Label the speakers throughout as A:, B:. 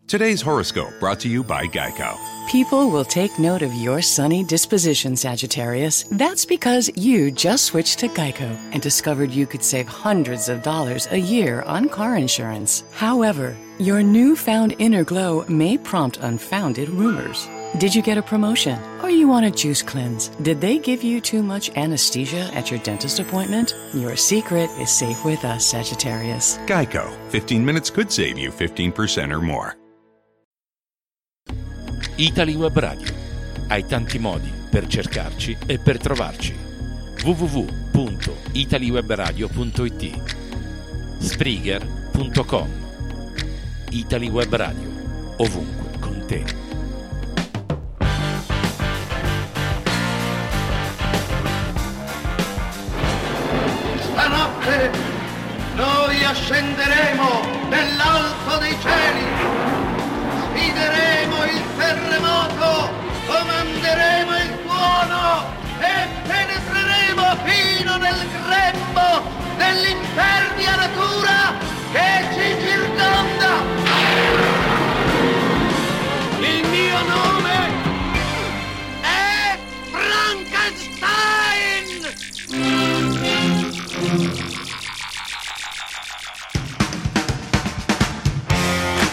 A: Today's horoscope brought to you by Geico.
B: People will take note of your sunny disposition, Sagittarius. That's because you just switched to Geico and discovered you could save hundreds of dollars a year on car insurance. However, your newfound inner glow may prompt unfounded rumors. Did you get a promotion? Or you want a juice cleanse? Did they give you too much anesthesia at your dentist appointment? Your secret is safe with us, Sagittarius.
A: Geico. 15 minutes could save you 15% or more.
C: Italy Web Radio. Hai tanti modi per cercarci e per trovarci. www.italywebradio.it, Spreaker.com. Italy Web Radio. Ovunque con te.
D: Stanotte noi ascenderemo nell'alto dei cieli. Sfideremo il terremoto, comanderemo il tuono e penetreremo fino nel grembo dell'impervia natura che ci circonda. Il mio nome è Frankenstein!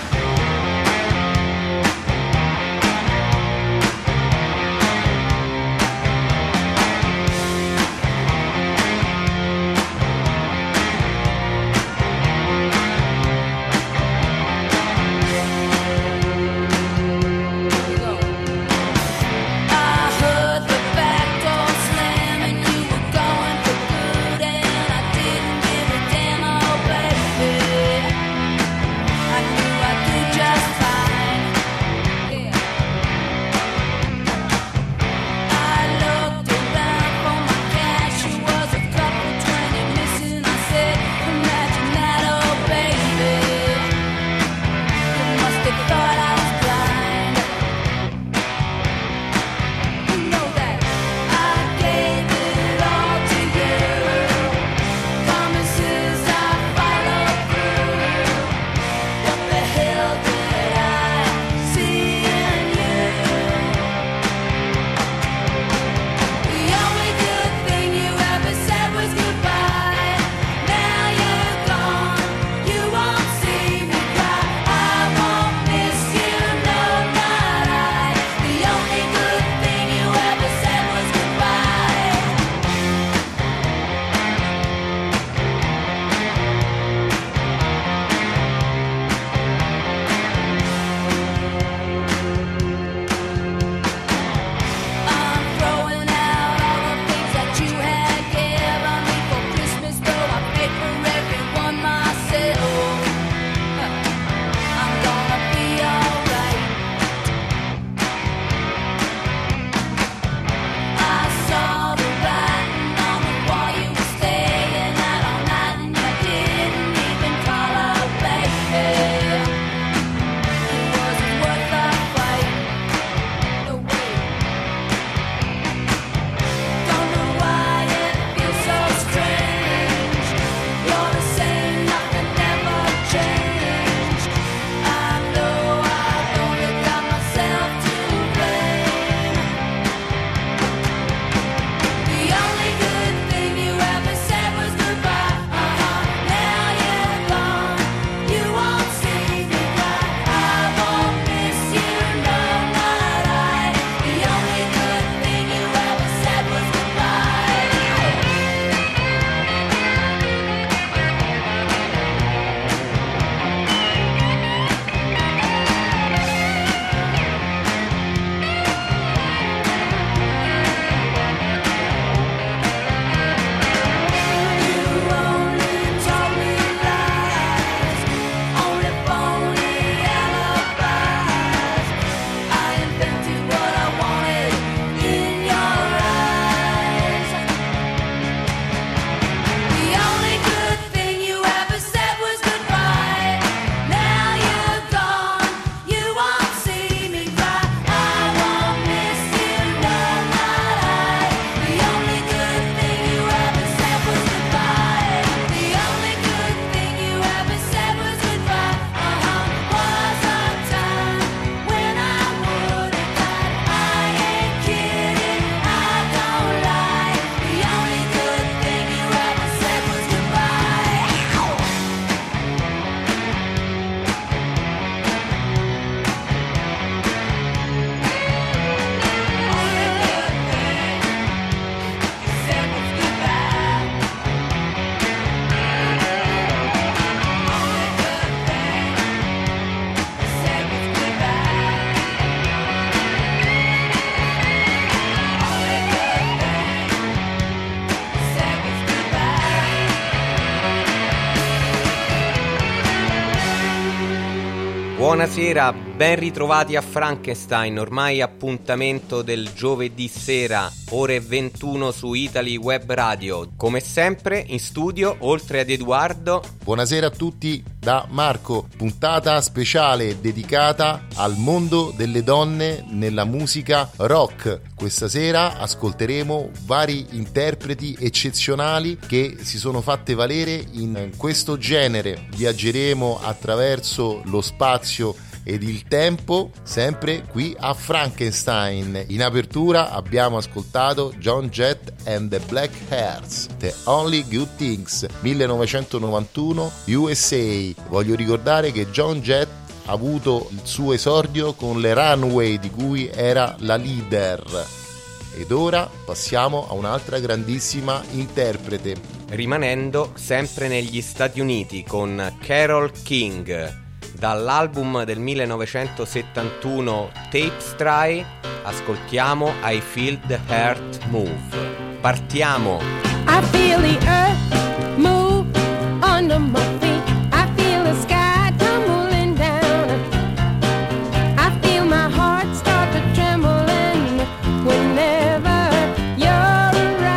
E: Buonasera, ben ritrovati a Frankenstein, ormai appuntamento del giovedì sera, ore 21 su Italy Web Radio. Come sempre in studio, oltre ad Edoardo.
F: Buonasera a tutti da Marco, puntata speciale dedicata al mondo delle donne nella musica rock. Questa sera ascolteremo vari interpreti eccezionali che si sono fatte valere in questo genere. Viaggeremo attraverso lo spazio ed il tempo, sempre qui a Frankenstein. In apertura abbiamo ascoltato Joan Jett and the Black Hearts, The Only Good Things, 1991, USA. Voglio ricordare che Joan Jett ha avuto il suo esordio con le Runaway, di cui era la leader. Ed ora passiamo a un'altra grandissima interprete.
E: Rimanendo sempre negli Stati Uniti con Carole King. Dall'album del 1971 Tapestry ascoltiamo I Feel the Earth Move. Partiamo!
G: I feel the earth move under my feet. I feel the sky tumbling down. I feel my heart start to trembling whenever you're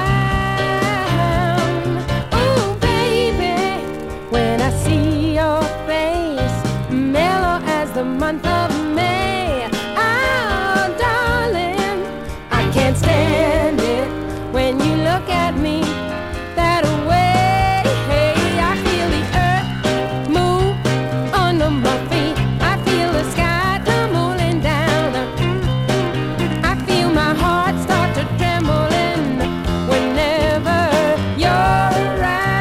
G: around. Oh baby, when I see your face, mellow as the month of May. Oh darling, I can't stand it when you look at me that way. I feel the earth move under my feet. I feel the sky tumbling down. I feel my heart start to trembling whenever you're around.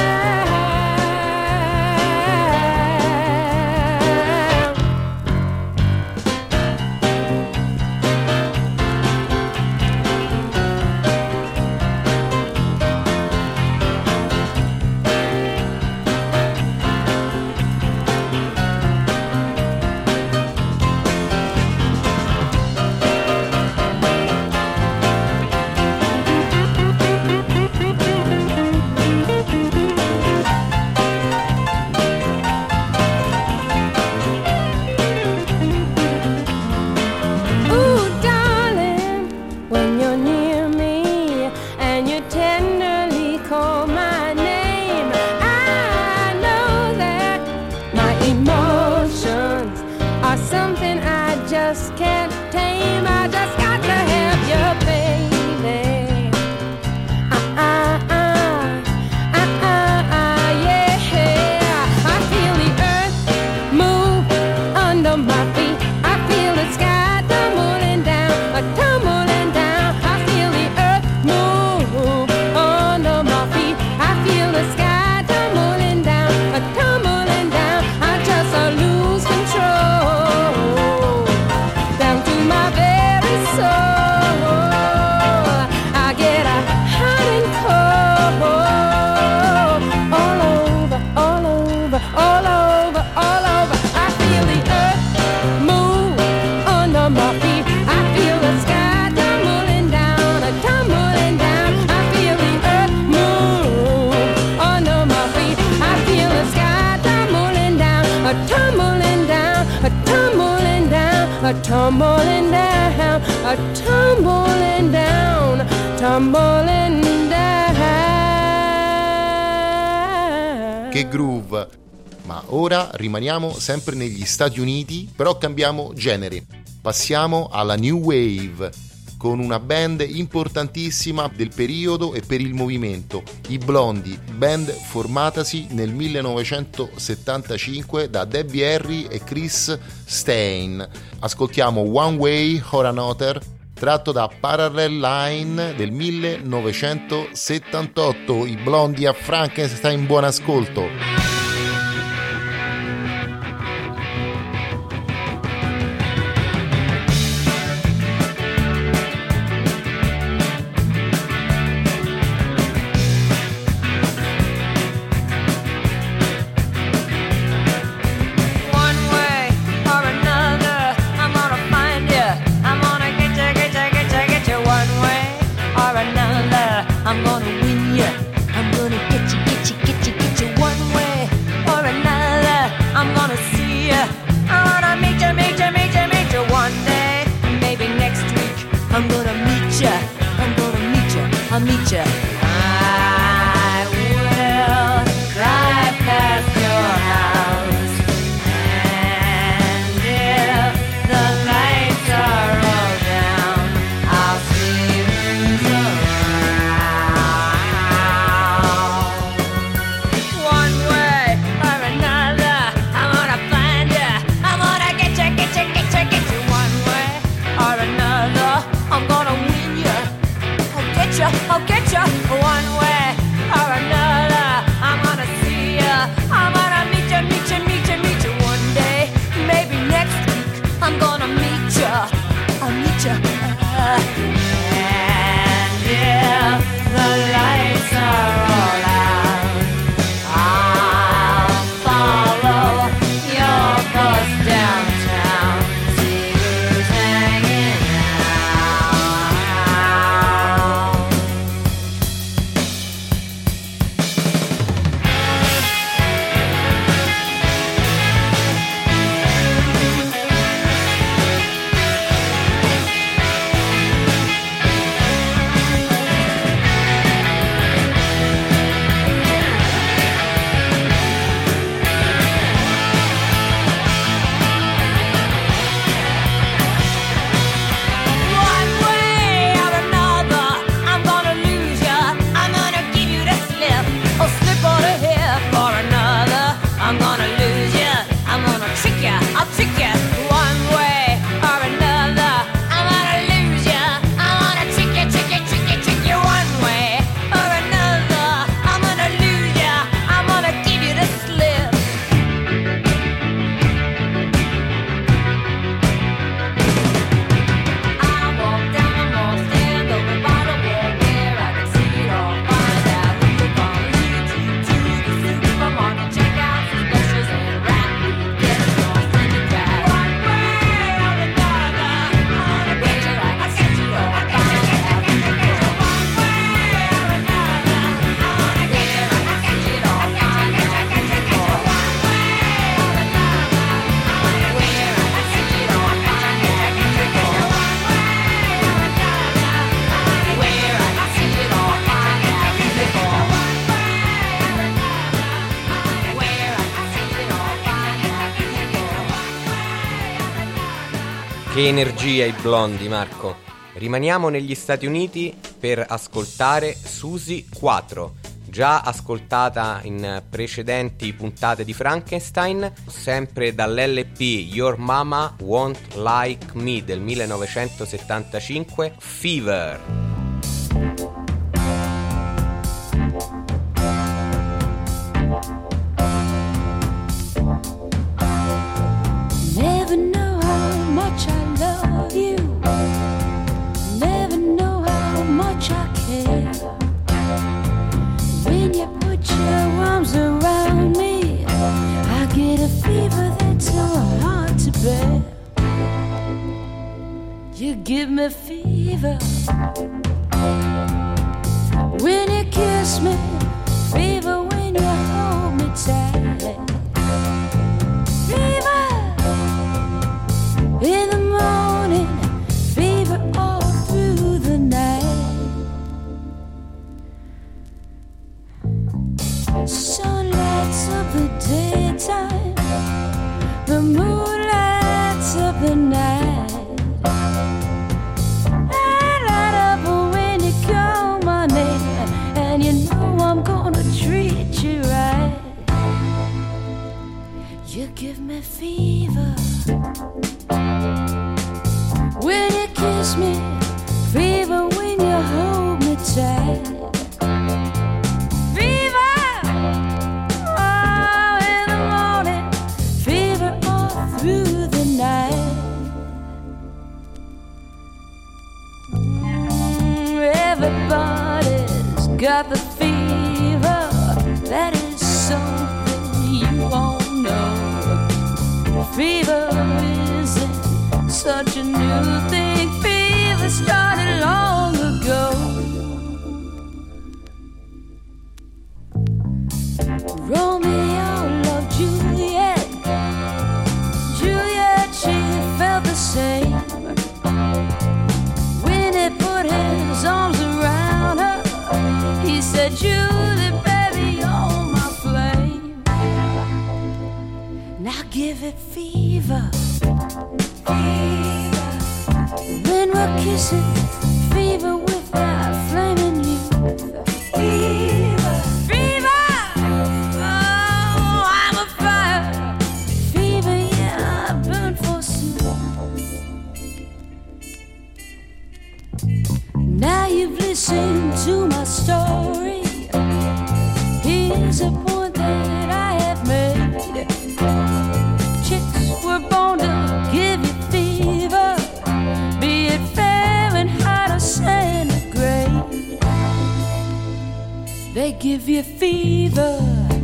G: Ooh, darling, when you're near me and you tenderly call my name, I know that my emotions are something I just can't tame. I just got to have you, baby. Yeah. I feel the earth move under my feet. I feel the sky tumbling down, tumbling down. I feel the earth move under my feet. I feel the sky tumbling down, tumbling down. I just lose control down to my very soul. I get hot and cold all over, all over, all over, all over. I feel the earth move under my feet. I feel the sky tumbling down, tumbling down. I feel the earth move under my feet. I feel the sky tumbling down, tumbling down, tumbling down, tumbling down, tumbling down, tumbling down.
F: Che groove! Ma ora rimaniamo sempre negli Stati Uniti, però cambiamo genere. Passiamo alla New Wave, con una band importantissima del periodo e per il movimento, i Blondie, band formatasi nel 1975 da Debbie Harry e Chris Stein. Ascoltiamo One Way or Another, tratto da Parallel Line del 1978. I Blondie a Frankenstein, buon ascolto.
G: I'm gonna win ya. I'm gonna get you one way I'll meet you. I will drive past your house, and if the lights are all down, I'll see who's around. One way or another, I'm gonna find you. I'm gonna get you, get you, get you, get you. One way or another, I'm gonna win you. I'll get you. One way or another, I'm gonna see you. I'm gonna meet you, meet you, meet you, meet you. One day, maybe next week, I'm gonna meet you. I'll meet you. And if the lights are all out, I'll follow your bus downtown, see who's hanging out. One way or another, I'm gonna lose ya. I'm gonna give you the slip, or slip on the hip or another. I'm gonna lose ya. I'm gonna trick ya. I'll trick ya. One way or another, I'm gonna lose ya. I'm gonna trick ya, trick ya, trick ya, trick ya. One way or another, I'm gonna lose ya. I'm gonna give you the slip. I walk down the mall, stand over by the wall where I can see it all. Find out who you're gonna lead you to the supermarket, check out some specials and rap. Get lost in the crowd. One way or another, I'm gonna get you right. I get you all. Find out who you're gonna. One way or another, I'm gonna get you right. I get you all. Find out who you're gonna. One way or another, I'm gonna get you right. I get you all. Find out who you're gonna.
E: Che energia i blondi, Marco. Rimaniamo negli Stati Uniti per ascoltare Susie Quatro, già ascoltata in precedenti puntate di Frankenstein, sempre dall'LP Your Mama Won't Like Me del 1975, Fever.
G: Never know how much I love you. Never know how much I care. When you put your arms around me, I get a fever that's so hard to bear. You give me fever when you kiss me, fever when you hold me tight. Fever in the morning, fever all through the night. Sun lights up the daytime, the moon lights up the night. I light up when you call my name, and you know I'm gonna treat you right. You give me fever when you kiss me, fever when you hold me tight. Fever, oh, in the morning, fever all through the night. Everybody's got the fever, that is something you all know. Fever isn't such a new thing. Fever started long ago. Romeo loved Juliet. Juliet, she felt the same. When he put his arms around her, give it fever. Fever. When we're kissing, fever with that flaming youth. Fever. Fever. Oh, I'm a fire. Fever, yeah, I burn forsooth. Now you've listened to my story. Here's a point that I have made. Chicks were born to give you fever, be it Fahrenheit or centigrade. They give you fever,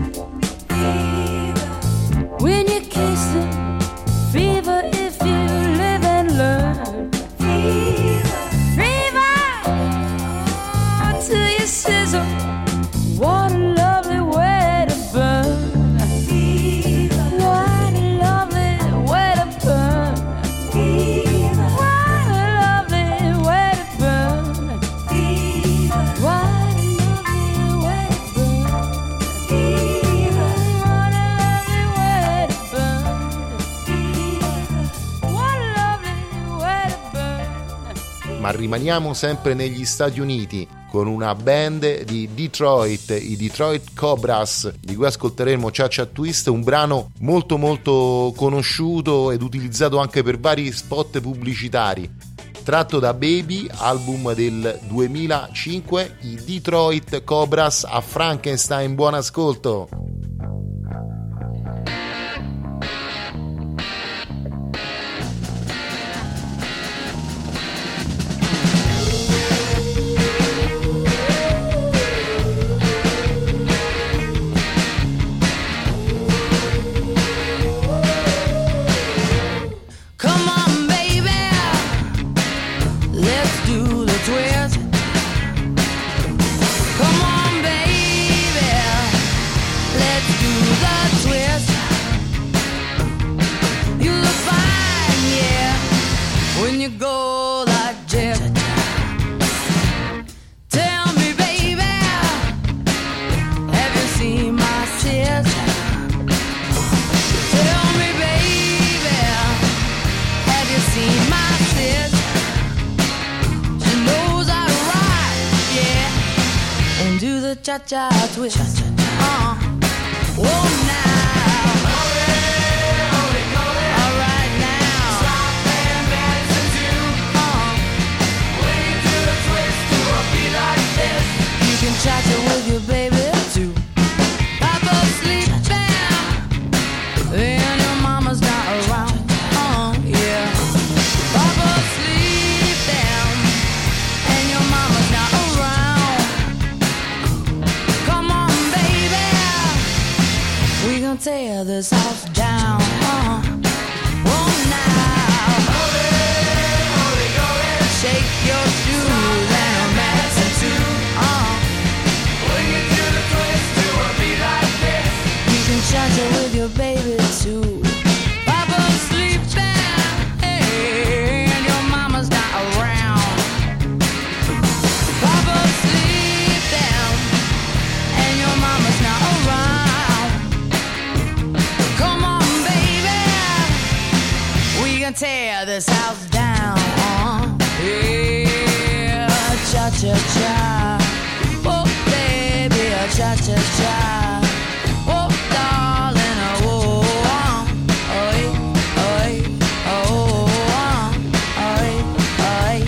G: fever when you kiss them, fever if you live and learn. Fever, fever, oh, till you sizzle. What a lovely way to burn. Fever. What a lovely way to burn. Fever. What a lovely way to burn. Fever. What a lovely way to burn. Fever. What a lovely way to burn. Fever. What a lovely way to burn.
F: Ma rimaniamo sempre negli Stati Uniti con una band di Detroit, i Detroit Cobras, di cui ascolteremo Cha Cha Twist, un brano molto molto conosciuto ed utilizzato anche per vari spot pubblicitari. Tratto da Baby, album del 2005, i Detroit Cobras a Frankenstein. Buon ascolto!
G: Cha-cha twist. Oh, now. All right now. Stop and dance and do. When you do the twist, do a beat like this. You can cha-cha with your baby too. Papa sleep down, and your mama's not around. Yeah. Papa sleep down, and your mama's not around. We gon' tear this house down. Oh, now. Shake your shoes and dance and too. When you do the twist, do a beat like this. You can cha-cha with your baby too. Papa sleep down, hey, and your mama's not around. Papa sleep down, and your mama's not around. Tear this house down. Yeah, cha cha cha. Oh baby, cha cha cha. Oh darling, oh oi, oi.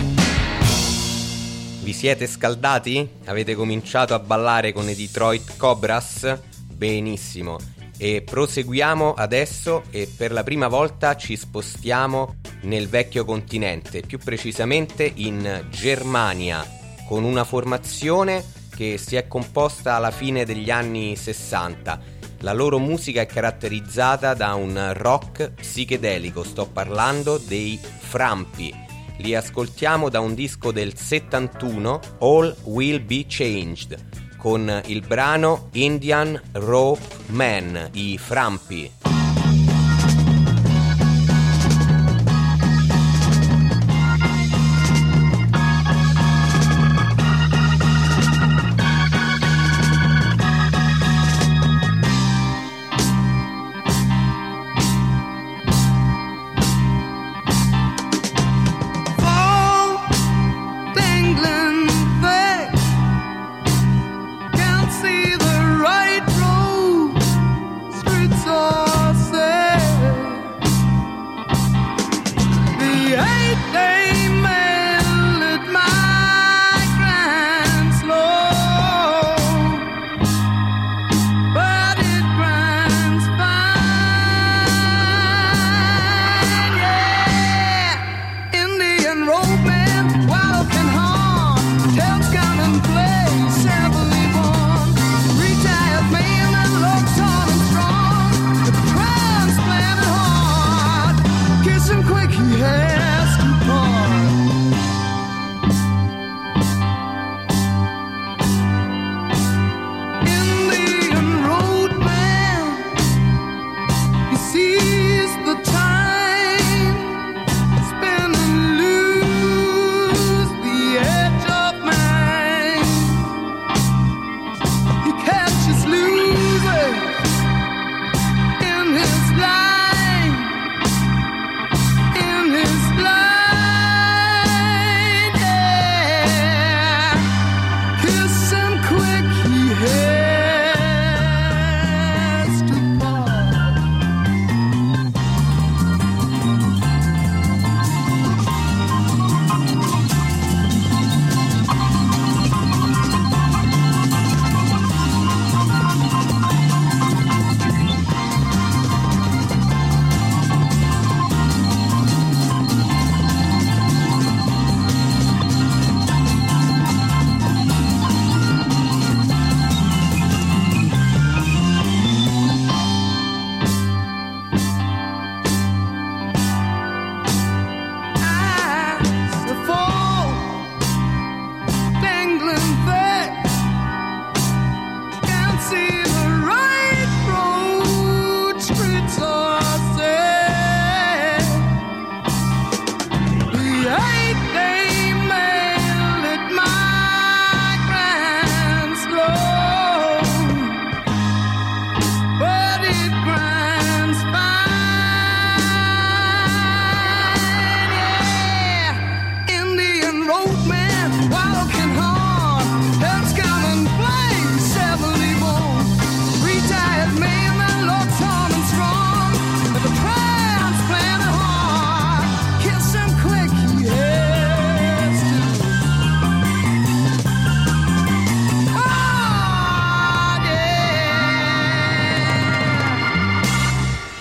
E: Vi siete scaldati? Avete cominciato a ballare con i Detroit Cobras? Benissimo. E proseguiamo adesso e per la prima volta ci spostiamo nel vecchio continente, più precisamente in Germania, con una formazione che si è composta alla fine degli anni 60. La loro musica è caratterizzata da un rock psichedelico, sto parlando dei Frampi. Li ascoltiamo da un disco del 71, All Will Be Changed, con il brano Indian Rope Man, i Frampi.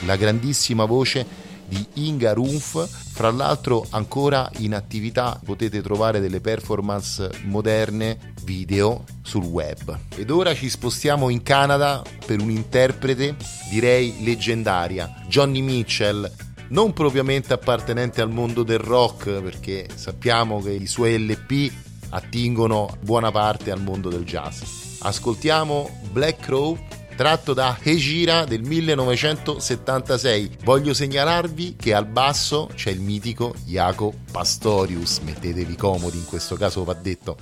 F: la grandissima voce di Inga Rumpf, fra l'altro ancora in attività. Potete trovare delle performance moderne video sul web. Ed ora ci spostiamo in Canada per un'interprete direi leggendaria, Joni Mitchell, non propriamente appartenente al mondo del rock, perché sappiamo che i suoi LP attingono buona parte al mondo del jazz. Ascoltiamo Black Crow, tratto da Hejira del 1976. Voglio segnalarvi che al basso c'è il mitico Jaco Pastorius. Mettetevi comodi, in questo caso va detto.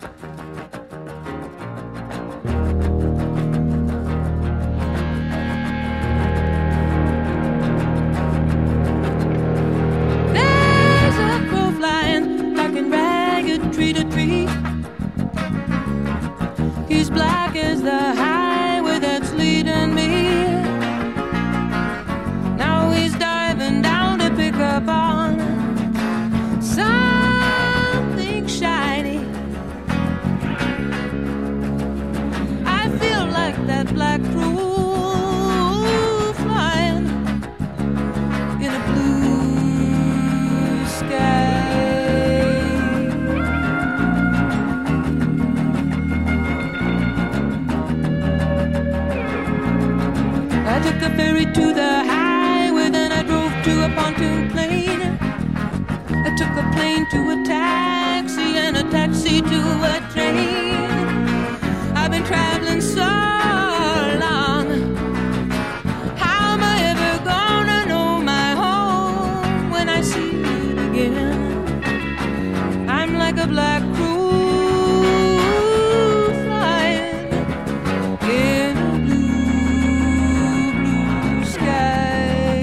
G: Tree to tree, he's black as the highway that's leading me. Now he's diving down to pick up on something shiny. I feel like that black crow flying in a blue sky. I took a ferry to the highway, then I drove to a pontoon plane. I took a plane to a taxi and a taxi to a train. I've been traveling so long, how am I ever gonna know my home when I see it again? I'm like a black crow flying in a blue sky.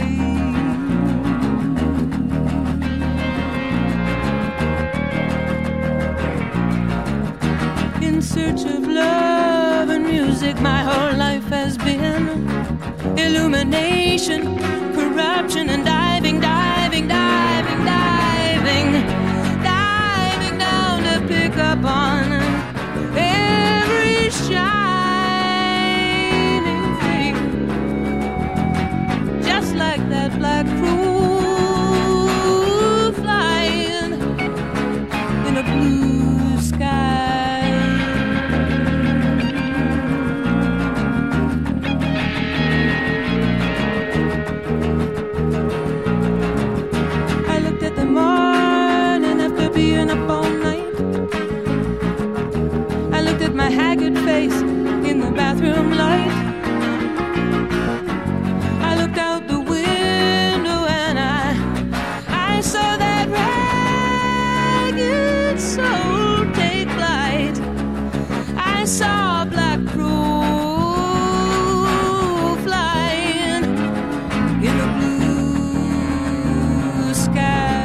G: In search of love and music, my whole life has been illumination, corruption, and diving, diving, diving, diving, diving down to pick up on every shining thing, just like that black crow flying in a blue sky. I looked at the morning after being up all night. I looked at my haggard face in the bathroom light. I looked out the window and I saw that ragged soul take flight. I saw a black crow flying in the blue sky.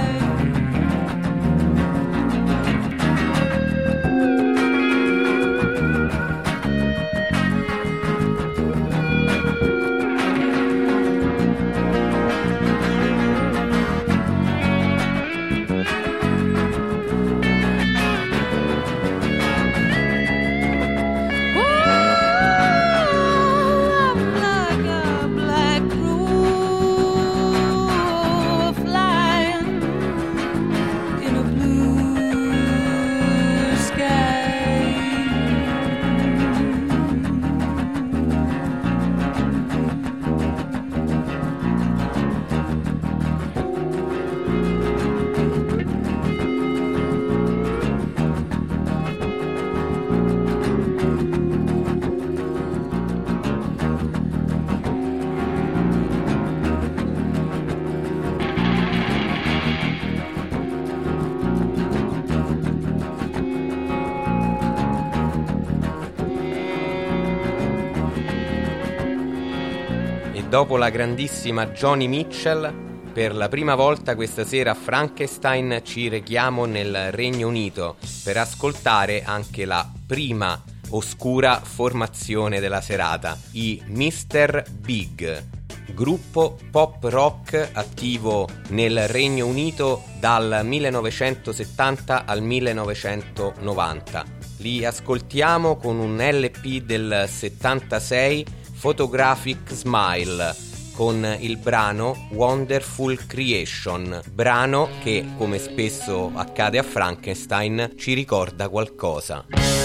E: Dopo la grandissima Joni Mitchell, per la prima volta questa sera a Frankenstein ci rechiamo nel Regno Unito per ascoltare anche la prima oscura formazione della serata, i Mr. Big, gruppo pop rock attivo nel Regno Unito dal 1970 al 1990. Li ascoltiamo con un LP del 76, Photographic Smile, con il brano Wonderful Creation, brano che, come spesso accade a Frankenstein, ci ricorda qualcosa.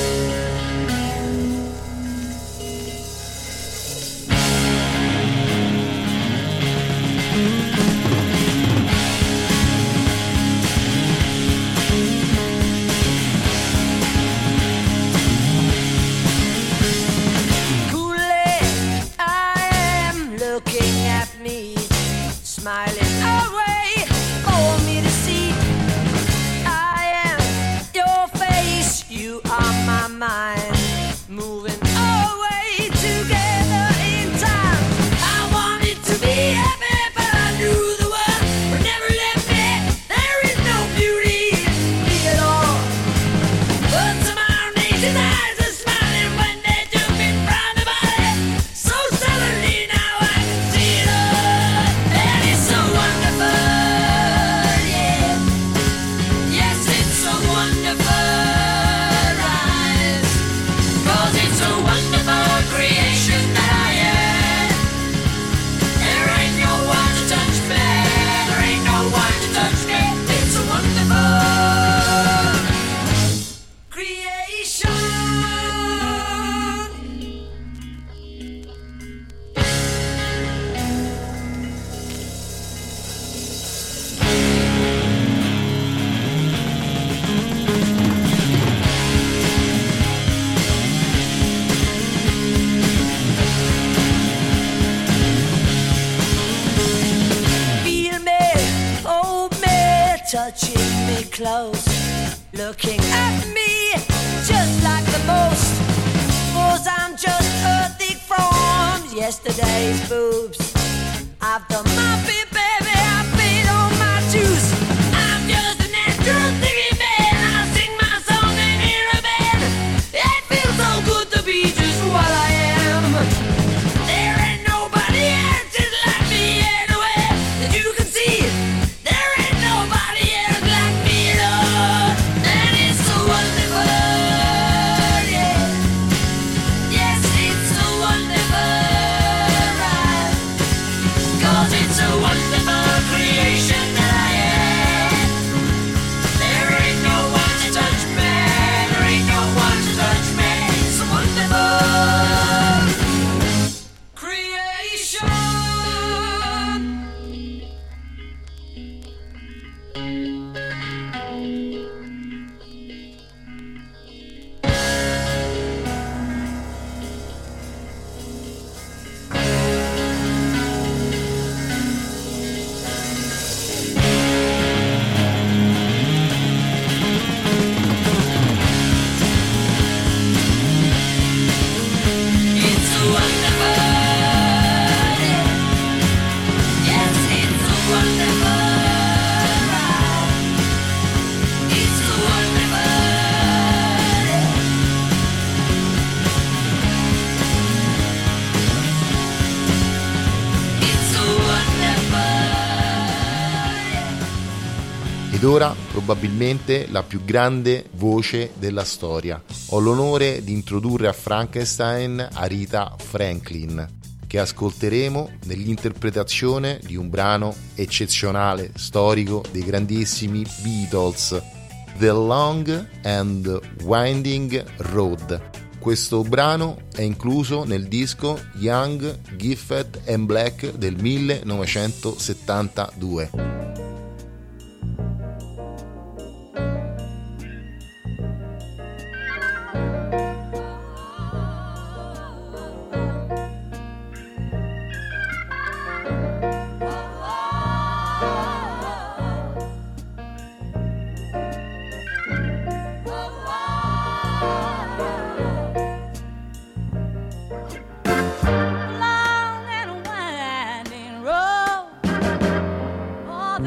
H: Smiling away for me to see. I am your face, you are my mind, moving away together in time. I wanted to be happy, but I knew the world would never let me. There is no beauty in me at all. But tomorrow nature's eyes are smiling when they do me from the body. So suddenly now I can see it all. And it's so wonderful, yeah. Yes, it's so wonderful, rise. 'Cause it's a wonderful creation that I am. There ain't no one to touch me. There ain't no one to touch me. It's a wonderful creation. Feel me, hold me, touching me close, looking at me just like the most. 'Cause I'm just earthy from yesterday's boobs. I've done my bit, baby, I've paid all my dues. I'm just a natural thinking man. I sing my song and hear a band. It feels so good to be just what I am. There ain't nobody else just like me anywhere that you can see. There ain't nobody else like me at all. And it's so wonderful, yeah. Yes, it's so wonderful, right? 'Cause it's a wonderful creation that I am. There ain't no one to touch me. There ain't no one to touch me. It's a wonderful creation. It's a wonderful, yeah. Yes, it's a wonderful ride. It's a wonderful, yeah. It's a wonderful, yeah.
F: Ed ora probabilmente la più grande voce della storia. Ho l'onore di introdurre a Frankenstein Aretha Franklin, che ascolteremo nell'interpretazione di un brano eccezionale, storico, dei grandissimi Beatles, The Long and Winding Road. Questo brano è incluso nel disco Young, Gifted and Black del 1972.
H: Long and winding road.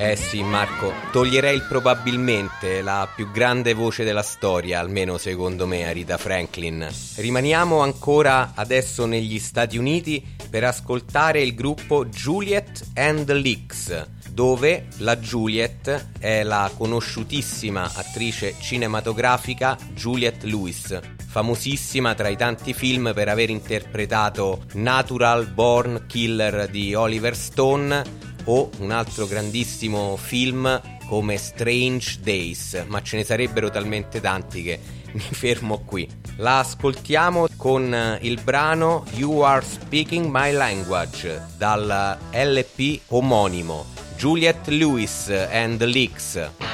E: Eh sì, Marco, toglierei il probabilmente, la più grande voce della storia, almeno secondo me, Aretha Franklin. Rimaniamo ancora adesso negli Stati Uniti per ascoltare il gruppo Juliet and the Leaks, dove la Juliet è la conosciutissima attrice cinematografica Juliette Lewis, famosissima tra i tanti film per aver interpretato Natural Born Killer di Oliver Stone o un altro grandissimo film come Strange Days, ma ce ne sarebbero talmente tanti che mi fermo qui. La ascoltiamo con il brano You Are Speaking My Language dal LP omonimo, Juliette Lewis and the Leaks.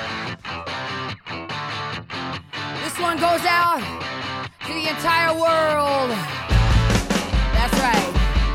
I: This one goes out to the entire world. That's right.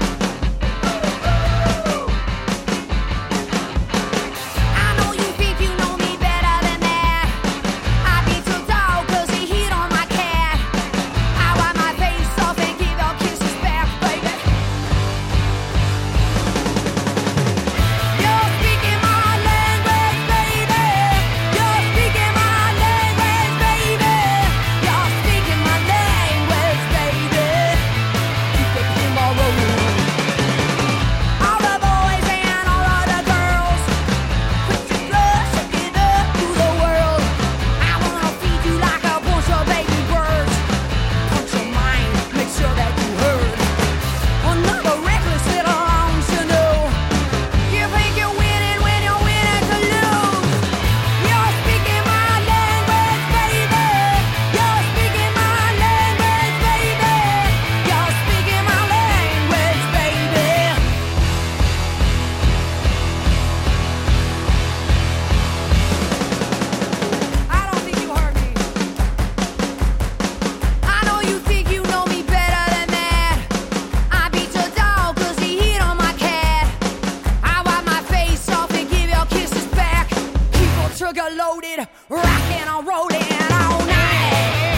I: Loaded, rocking and rolling all night.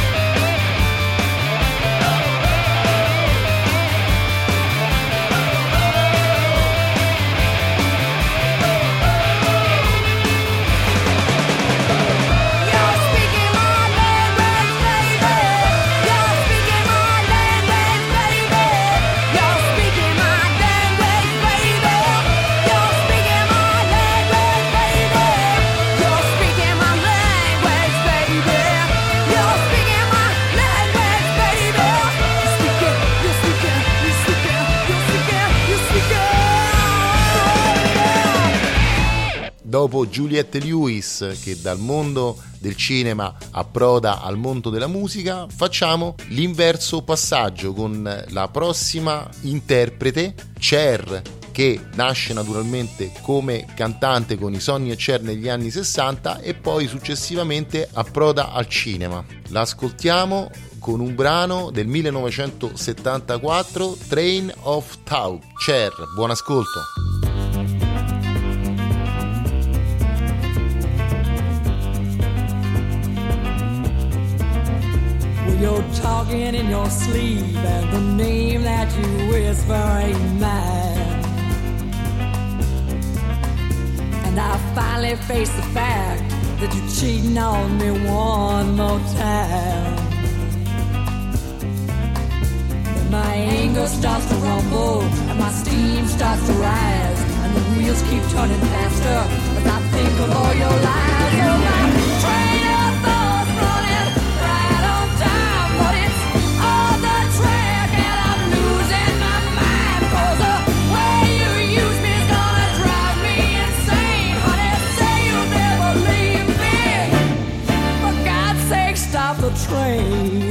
I: You're speaking my language, baby. You're speaking my language, baby. You're speaking my language, baby. You're speaking my language, baby. You're speaking my language, baby. You're speaking my language, baby. You're speaking, you're speaking, you're speaking, you're speaking, you're speaking.
F: Dopo Juliette Lewis, che dal mondo del cinema approda al mondo della musica, facciamo l'inverso passaggio con la prossima interprete, Cher, che nasce naturalmente come cantante con i Sonny e Cher negli anni 60 e poi successivamente approda al cinema. L'ascoltiamo con un brano del 1974, Train of Thought. Cher, buon ascolto.
J: You're talking in your sleep, and the name that you whisper ain't mine. And I finally face the fact that you're cheating on me one more time. And my anger starts to rumble, and my steam starts to rise, and the wheels keep turning faster as I think of all your lies. Oh, my train of thoughts running right on time, but it's on the track and I'm losing my mind, 'cause the way you use me is gonna drive me insane. Honey, say you'll never leave me. For God's sake, stop the train.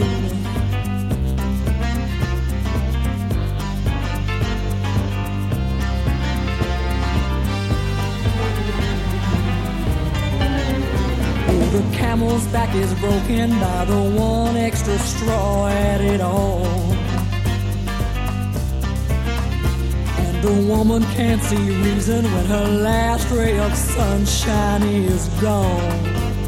J: The camel's back is broken by the one extra straw added on. And the woman can't see reason when her last ray of sunshine is gone.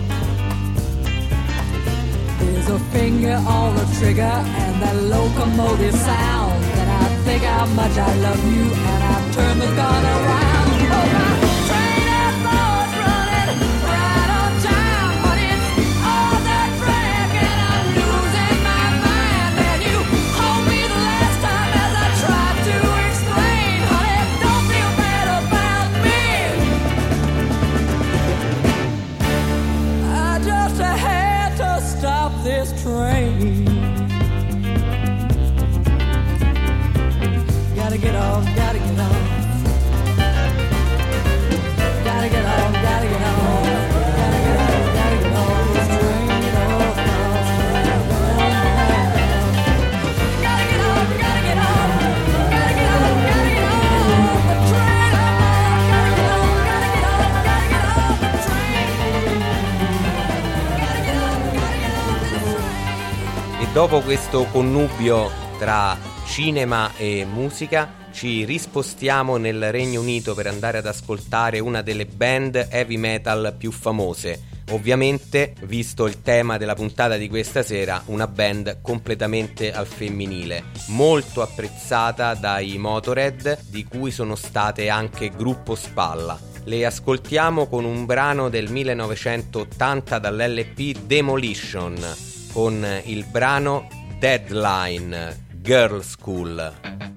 J: There's a finger on the trigger and that locomotive sound, and I think how much I love you, and I turn the gun around. Oh, my train of thought
E: Dopo questo connubio tra cinema e musica, ci rispostiamo nel Regno Unito per andare ad ascoltare una delle band heavy metal più famose. Ovviamente, visto il tema della puntata di questa sera, una band completamente al femminile, molto apprezzata dai Motorhead, di cui sono state anche gruppo spalla. Le ascoltiamo con un brano del 1980 dall'LP Demolition, con il brano Deadline, Girl School.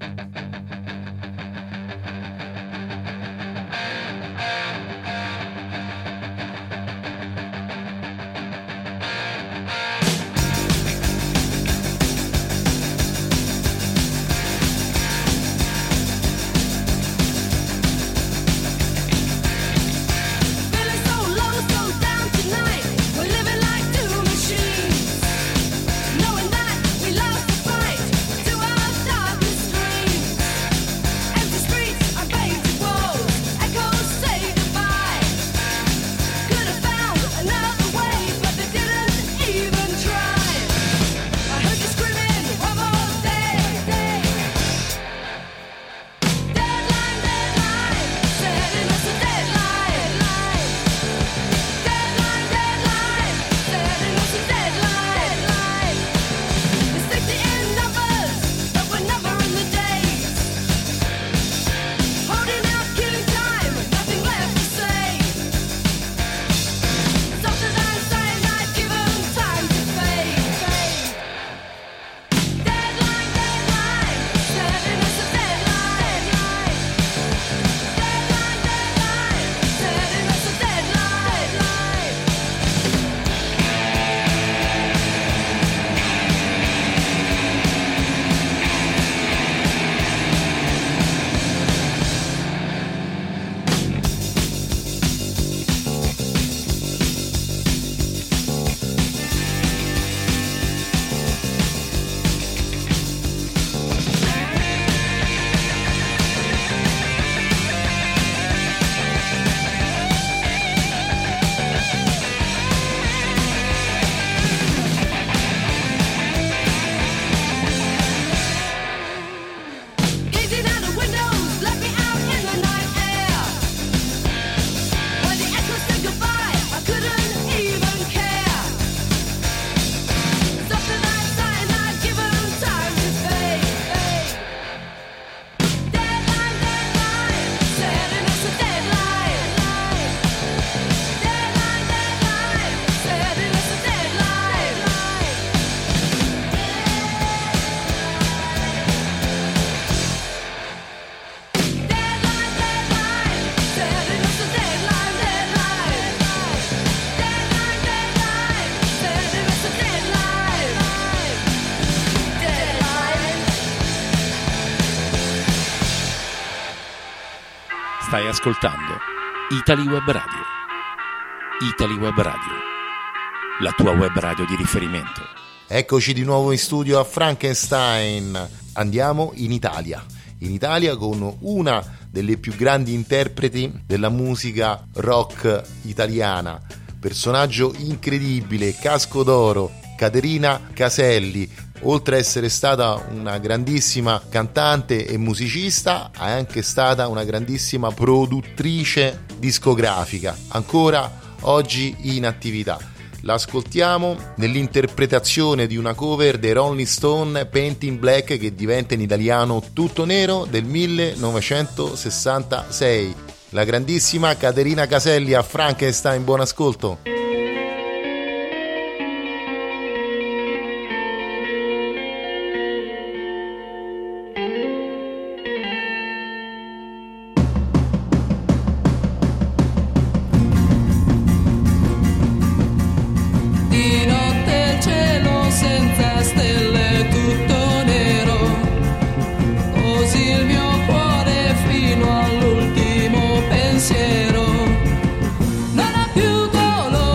C: Stai ascoltando Italy Web Radio. Italy Web Radio, la tua web radio di riferimento.
F: Eccoci di nuovo in studio a Frankenstein. Andiamo in Italia con una delle più grandi interpreti della musica rock italiana, personaggio incredibile, casco d'oro, Caterina Caselli. Oltre a essere stata una grandissima cantante e musicista, è anche stata una grandissima produttrice discografica, ancora oggi in attività. L'ascoltiamo nell'interpretazione di una cover dei Rolling Stone, Painting Black, che diventa in italiano Tutto Nero, del 1966. La grandissima Caterina Caselli a Frankenstein, buon ascolto.
J: Pensiero non ha più colore.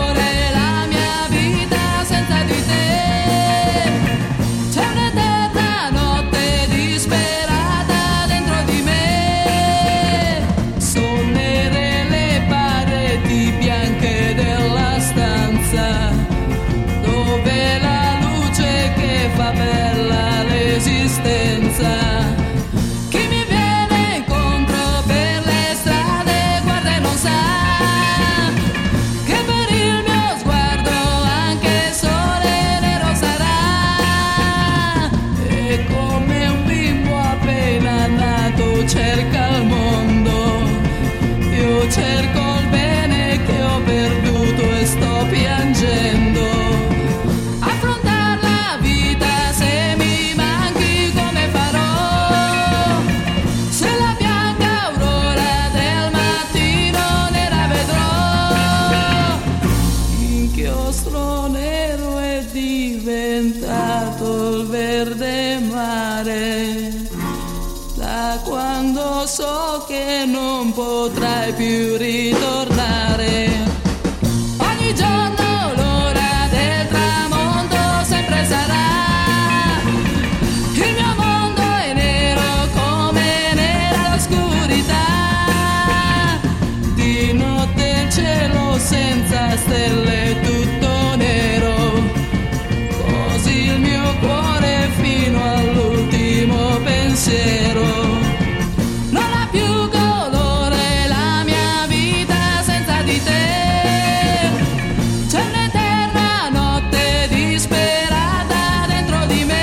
J: fa bella l'esistenza. Chi mi viene incontro per le strade guarda e non sa che per il mio sguardo anche il sole nero sarà. E come un bimbo appena nato cerca il mondo, io cerco il bene che ho perduto e sto piangendo. Affrontar la vita se mi manchi come farò? Se la bianca aurora del mattino nera vedrò. Inchiostro nero è diventato il verde mare. Da quando so che non potrai più ritornare. Ogni giorno l'ora del tramonto sempre sarà. Il mio mondo è nero come nera l'oscurità. Di notte il cielo senza stelle tutto nero. Così il mio cuore fino all'ultimo pensiero. Non ha più colore la mia vita senza di te. C'è un'eterna notte disperata dentro di me.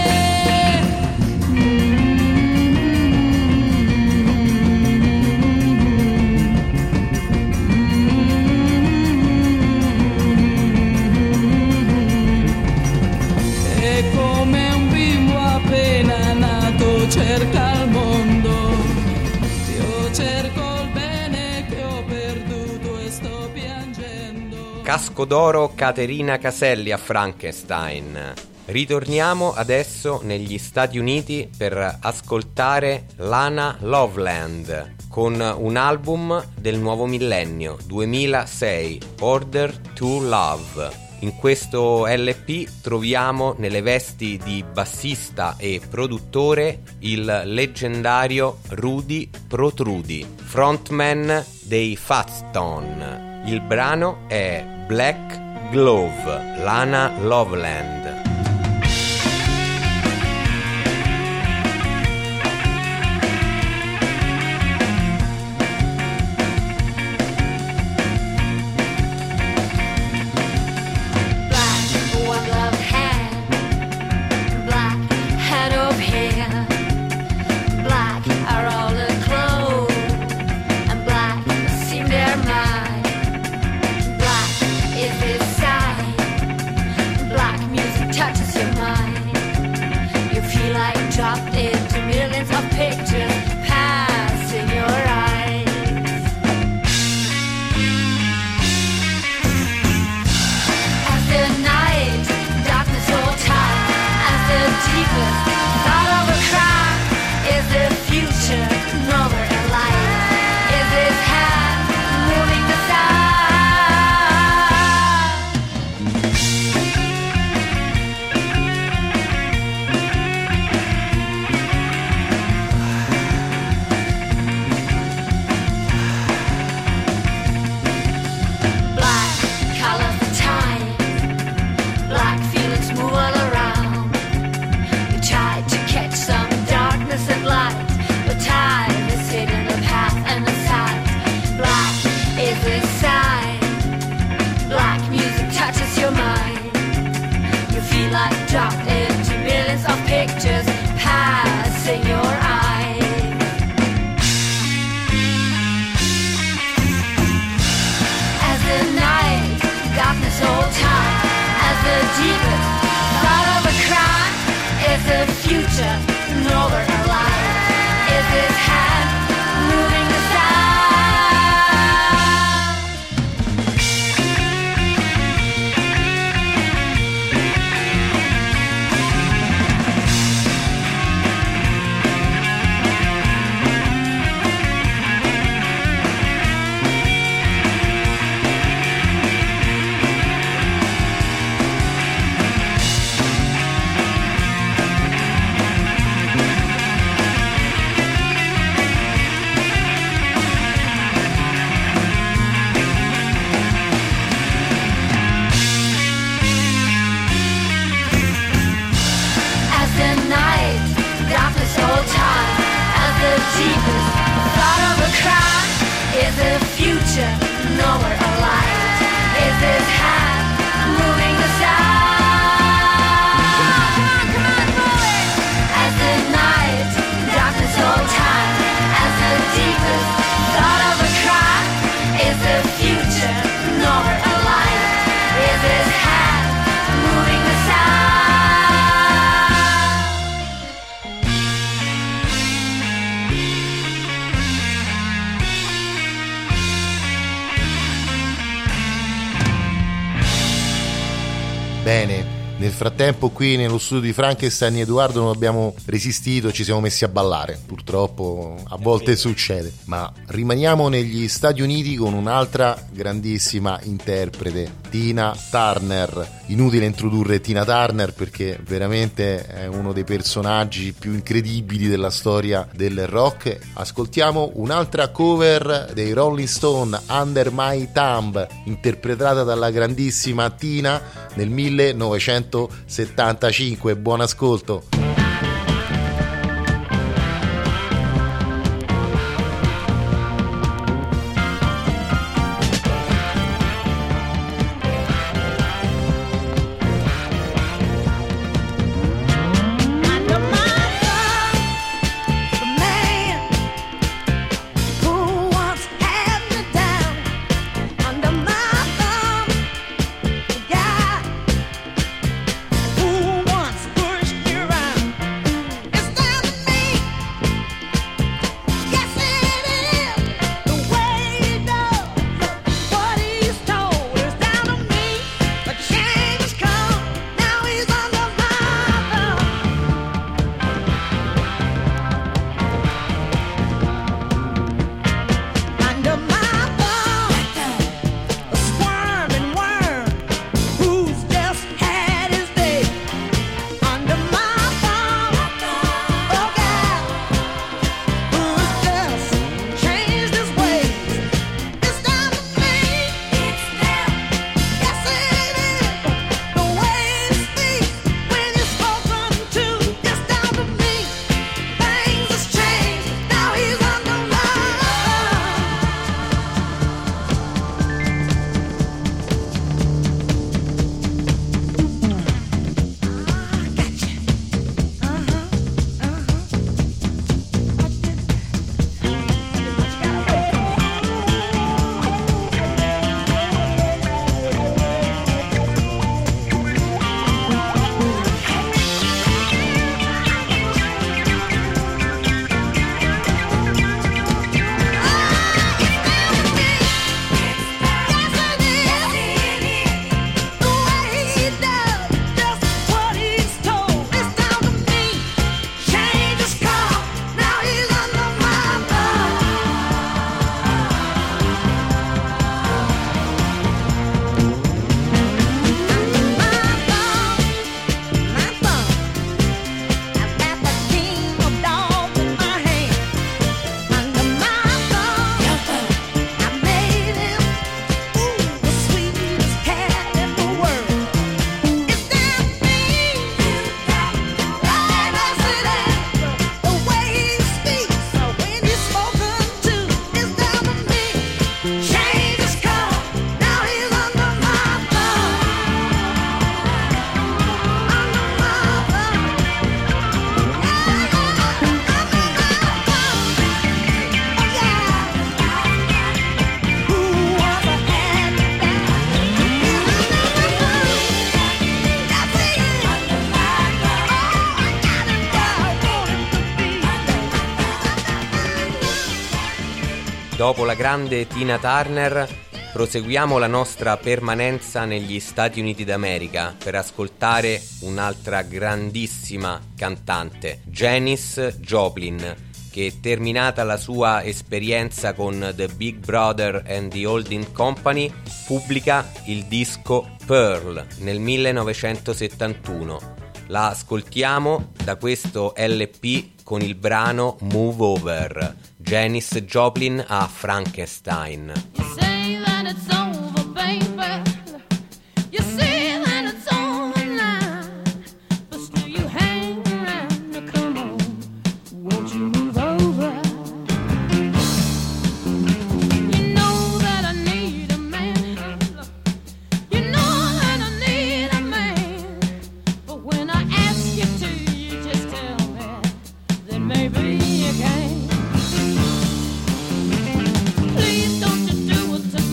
J: E come un bimbo appena nato cerca il mondo, io cerco il bene che ho perduto e sto piangendo.
E: Casco d'oro Caterina Caselli a Frankenstein. Ritorniamo adesso negli Stati Uniti per ascoltare Lana Loveland con un album del nuovo millennio 2006, Order to Love. In questo LP troviamo nelle vesti di bassista e produttore il leggendario Rudy Protrudi, frontman dei Fats Tone. Il brano è Black Glove, Lana Loveland.
F: Nel frattempo qui nello studio di Frankenstein Edoardo non abbiamo resistito, ci siamo messi a ballare, purtroppo a volte succede, ma rimaniamo negli Stati Uniti con un'altra grandissima interprete, Tina Turner. Inutile introdurre Tina Turner perché veramente è uno dei personaggi più incredibili della storia del rock. Ascoltiamo un'altra cover dei Rolling Stone, Under My Thumb, interpretata dalla grandissima Tina nel 1975. Buon ascolto.
E: Dopo la grande Tina Turner, proseguiamo la nostra permanenza negli Stati Uniti d'America per ascoltare un'altra grandissima cantante, Janis Joplin, che terminata la sua esperienza con The Big Brother and the Holding Company, pubblica il disco Pearl nel 1971. La ascoltiamo da questo LP con il brano Move Over. Janis Joplin a Frankenstein.
I: You say that it's over, baby. You say that it's over now. But still you hang around. Now come on, won't you move over? You know that I need a man. You know that I need a man. But when I ask you to, you just tell me that maybe you can. Please don't you do it to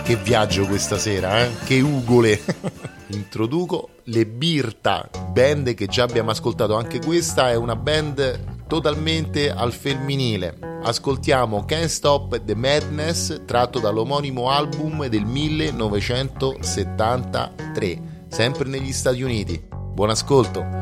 F: Che viaggio questa sera, che ugole. Introduco le Birta, band che già abbiamo ascoltato. Anche questa è una band totalmente al femminile. Ascoltiamo Can't Stop the Madness, tratto dall'omonimo album del 1973, sempre negli Stati Uniti. Buon ascolto.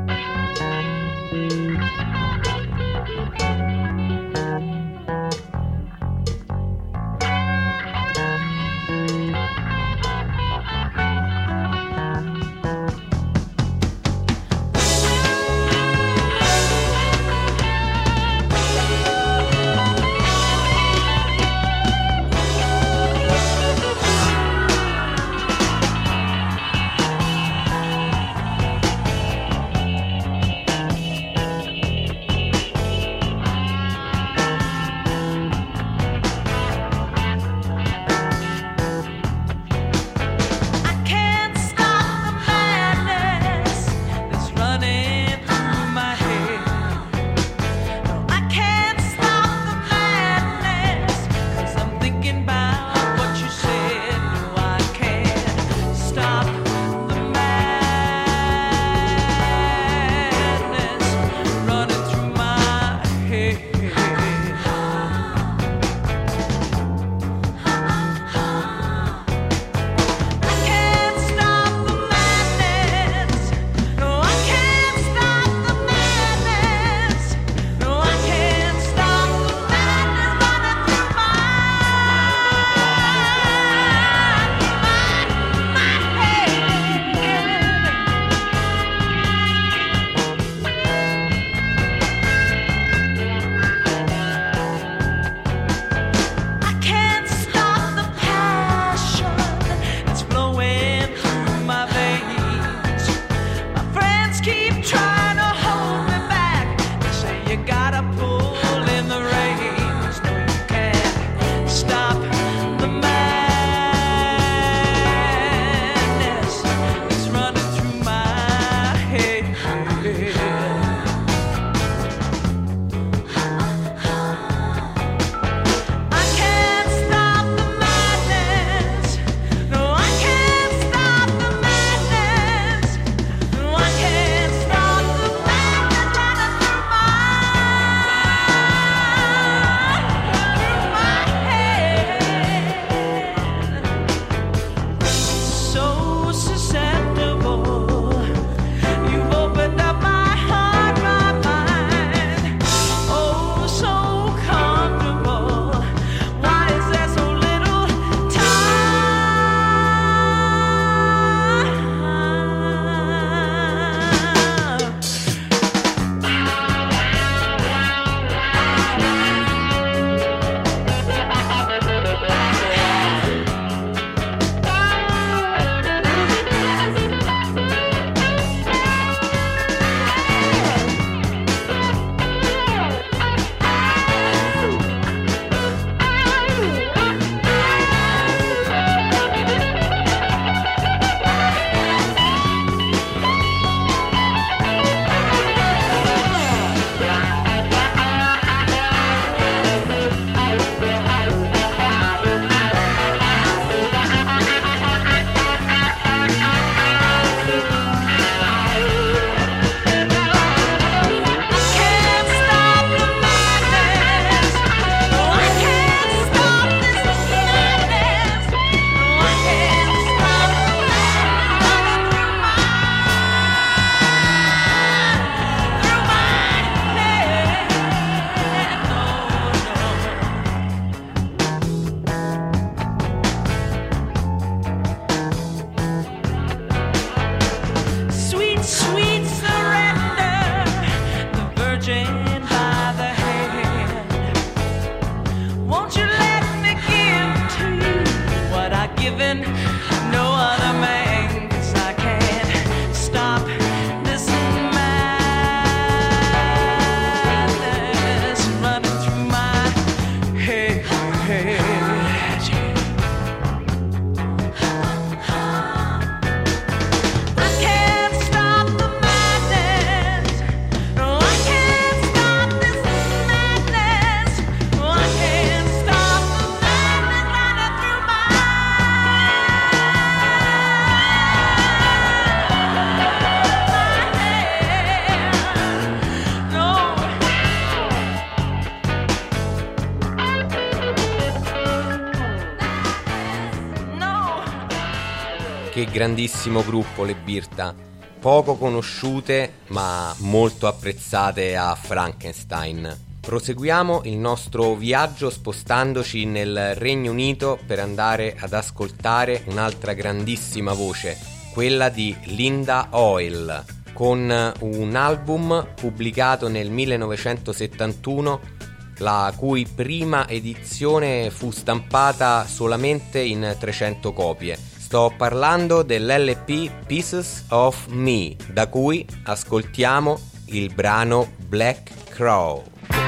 E: Che grandissimo gruppo le Birta, poco conosciute ma molto apprezzate a Frankenstein. Proseguiamo il nostro viaggio spostandoci nel Regno Unito per andare ad ascoltare un'altra grandissima voce, quella di Linda Hoyle, con un album pubblicato nel 1971, la cui prima edizione fu stampata solamente in 300 copie. Sto parlando dell'LP Pieces of Me, da cui ascoltiamo il brano Black Crow.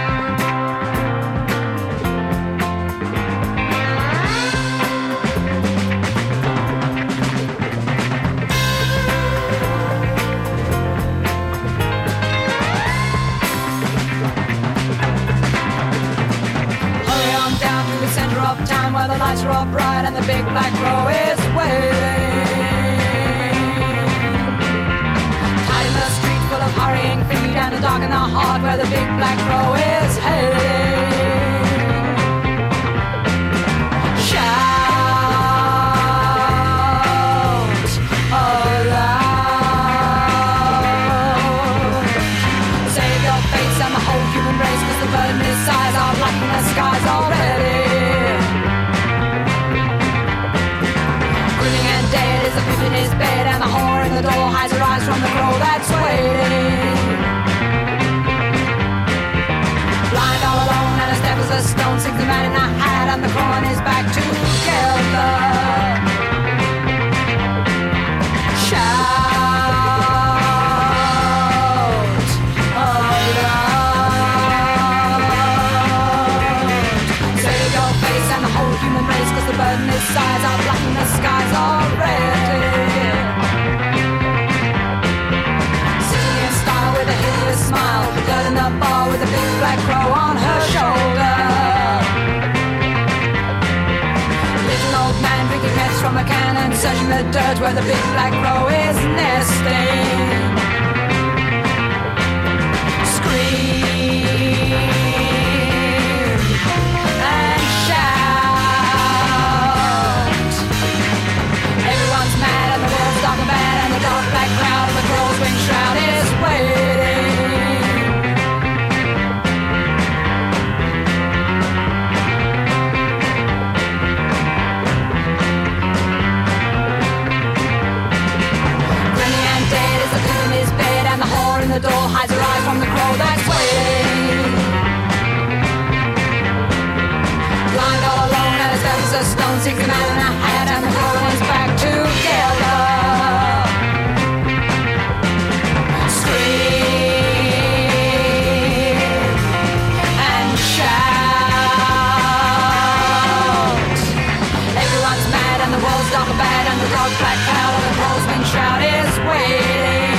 J: Where the lights are all bright and the big black crow is waiting. Tight in the street full of hurrying feet and a dog in the heart where the big black crow is heading. Shout aloud. Save your face and the whole human race, 'cause the burden is size are blacking the skies already. In his bed and the whore in the door hides her eyes from the crow that's waiting. Blind all alone and as deaf as a stone sings the man in a hat and the crow on his back together. Shout aloud. Save your face and the whole human race, 'cause the burden is size are blacking the skies already. Smile, the girl in the bar with a big black crow on her shoulder. Little old man drinking mess from a can and searching the dirt where the big black crow is nesting. Scream and shout. Everyone's mad and the world's dark and bad and the dark black cloud of the crow's wing shroud is waiting. The door hides her eyes from the crow that's waiting. Blind all alone and as deaf as a stone, seeks the man in a hat and the crow and his back together. Scream and shout. Everyone's mad and the world's dark and bad and the dark black cloud of the crow's wing shroud is waiting.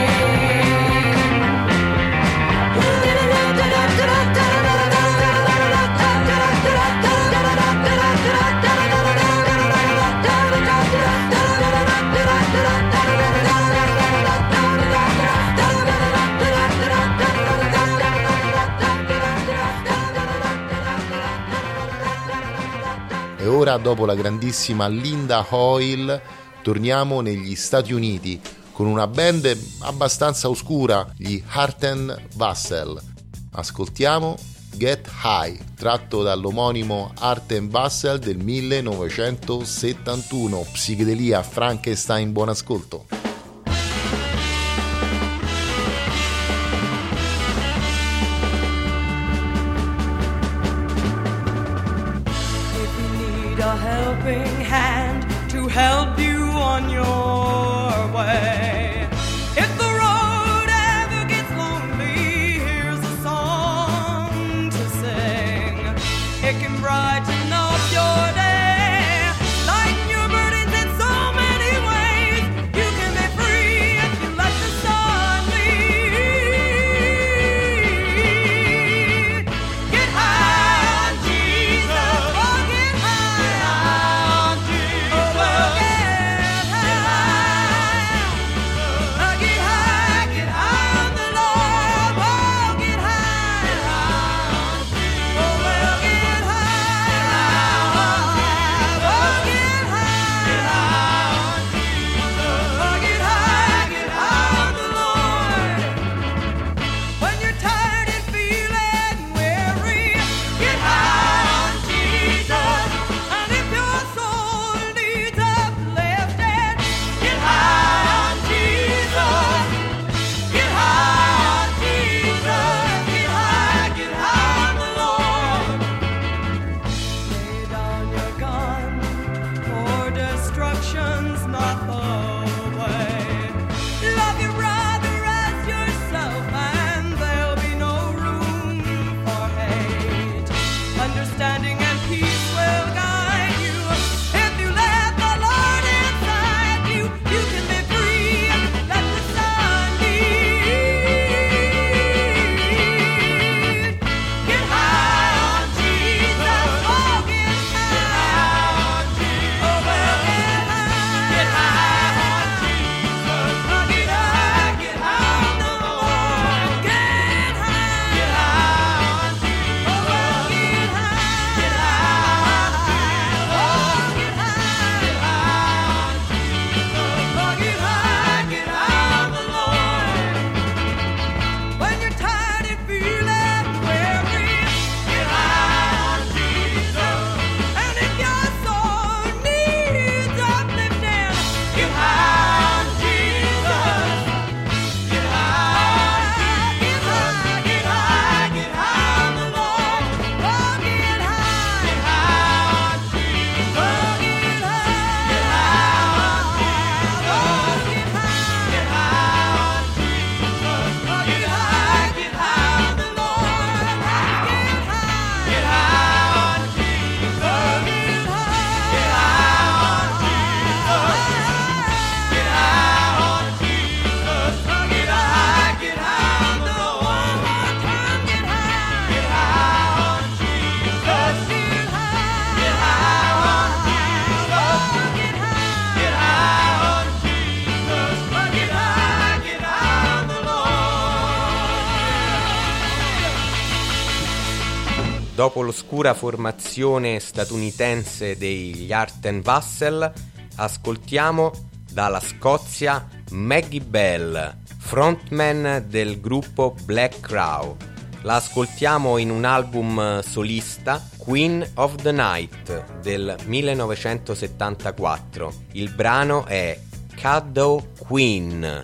F: E ora, dopo la grandissima Linda Hoyle, torniamo negli Stati Uniti con una band abbastanza oscura, gli Heart & Vassell. Ascoltiamo Get High, tratto dall'omonimo Heart & Vassell del 1971. Psichedelia Frankenstein, buon ascolto.
K: A helping hand to help you on your way. If the road ever gets lonely, here's a song to sing. It can brighten up your day, lighten your burdens in so many ways. You can be free if you let the sun lead. Get high on Jesus, oh get high on Jesus, oh get high.
E: Dopo l'oscura formazione statunitense degli Heart & Vassal, ascoltiamo dalla Scozia Maggie Bell, frontman del gruppo Black Crow. La ascoltiamo in un album solista, Queen of the Night, del 1974. Il brano è Caddo Queen.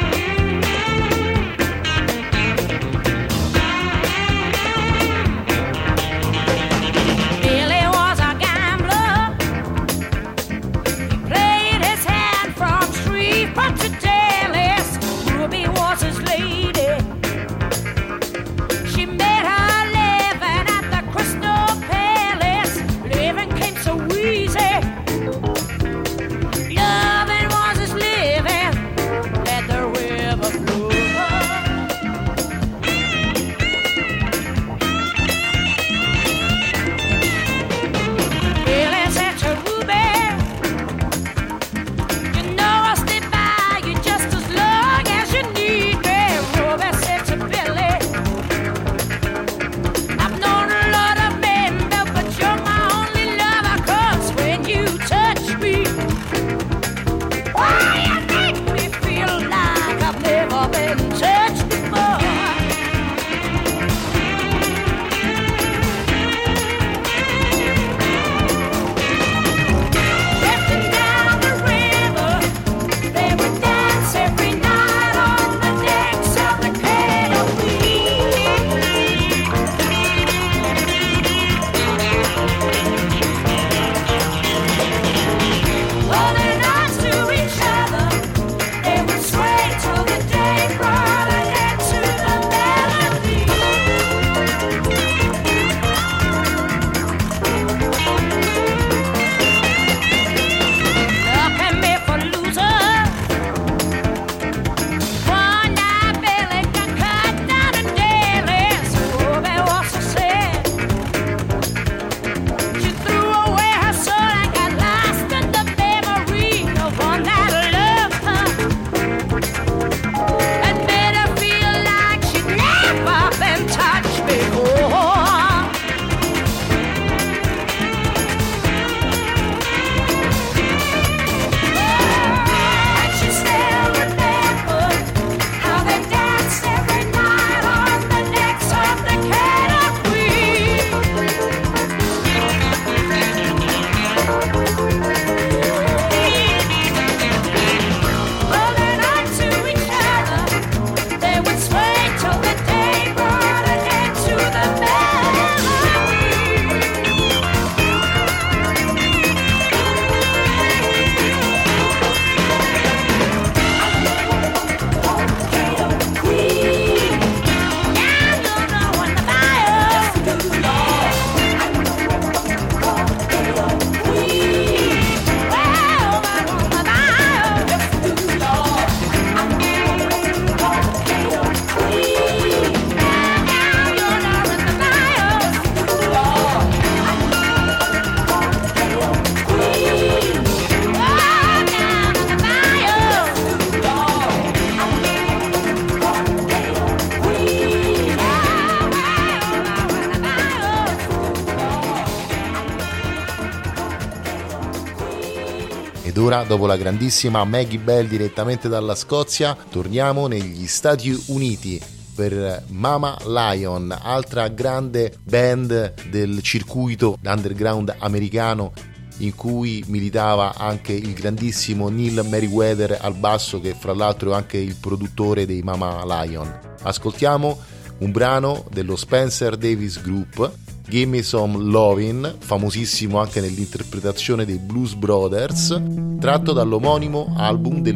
F: Ed ora, dopo la grandissima Maggie Bell direttamente dalla Scozia, torniamo negli Stati Uniti per Mama Lion, altra grande band del circuito underground americano in cui militava anche il grandissimo Neil Merriweather al basso, che fra l'altro è anche il produttore dei Mama Lion. Ascoltiamo un brano dello Spencer Davis Group, Gimme Some Lovin', famosissimo anche nell'interpretazione dei Blues Brothers, tratto dall'omonimo album del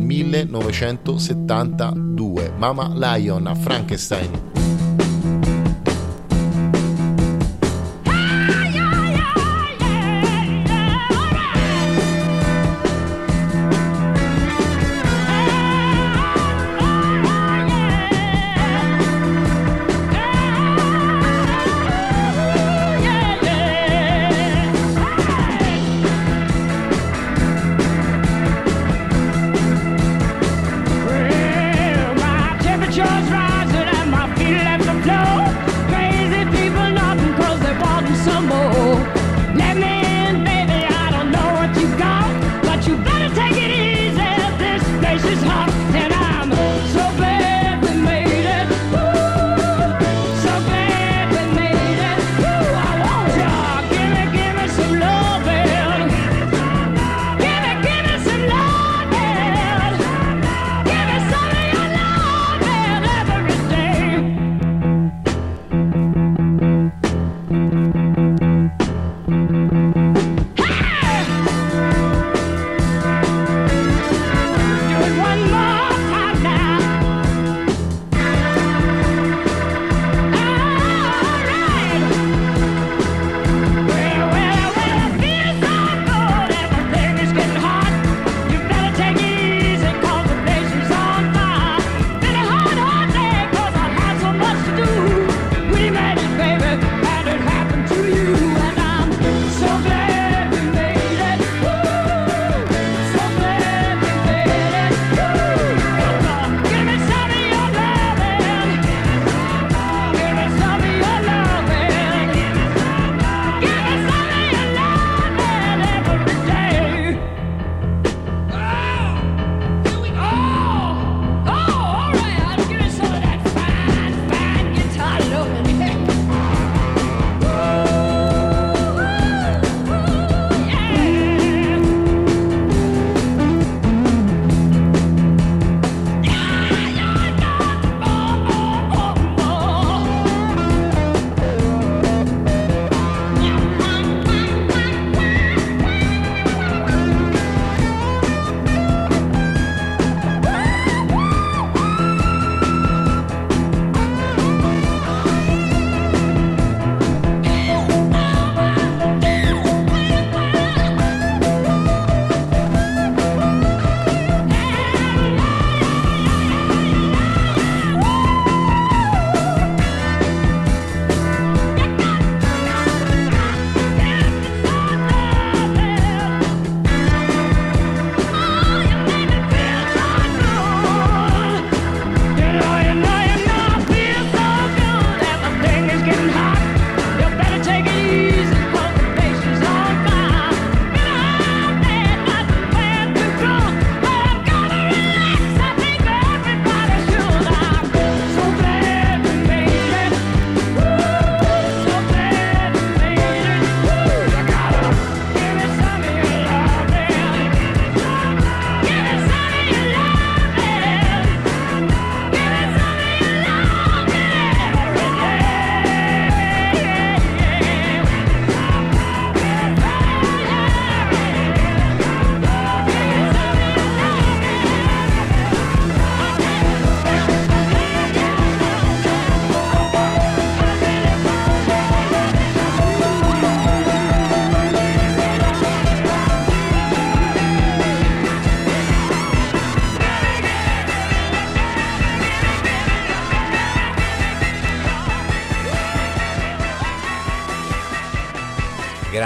F: 1972, Mama Lion a Frankenstein.
I: Temperature's rising and my feelings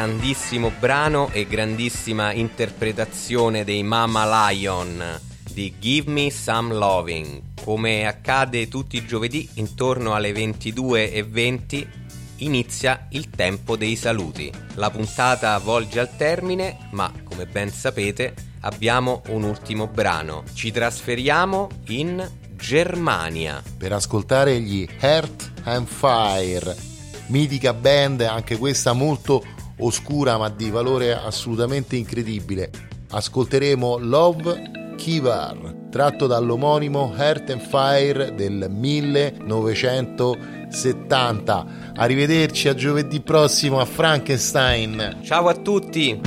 E: grandissimo brano e grandissima interpretazione dei Mama Lion di Give Me Some Loving. Come accade tutti i giovedì intorno alle 22:20 inizia il tempo dei saluti. La puntata volge al termine, ma come ben sapete abbiamo un ultimo brano. Ci trasferiamo in Germania
F: per ascoltare gli Earth and Fire, mitica band, anche questa molto oscura ma di valore assolutamente incredibile. Ascolteremo Love Kivar, tratto dall'omonimo Earth and Fire del 1970. Arrivederci, a giovedì prossimo a Frankenstein.
E: Ciao a tutti.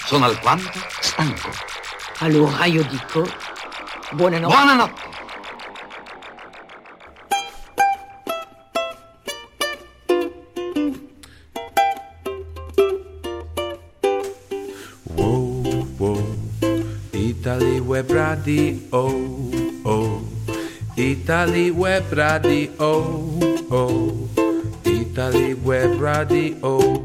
L: sono alquanto stanco.
M: Allora io dico buonanotte.
L: Buonanotte.
N: Italy Web Radio, Italy Web Radio, Italy Web Radio.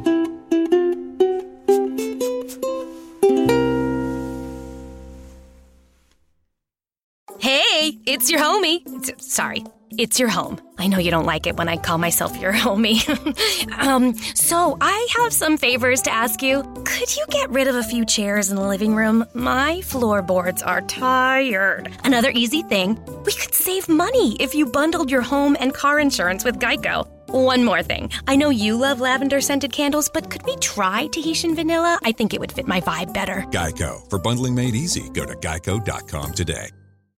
O: Hey, it's your homie. Sorry, it's your home. I know you don't like it when I call myself your homie. So I have some favors to ask you. Could you get rid of a few chairs in the living room? My floorboards are tired. Another easy thing, we could save money if you bundled your home and car insurance with Geico. One more thing. I know you love lavender-scented candles, but could we try Tahitian vanilla? I think it would fit my vibe better.
A: Geico. For bundling made easy, go to geico.com today.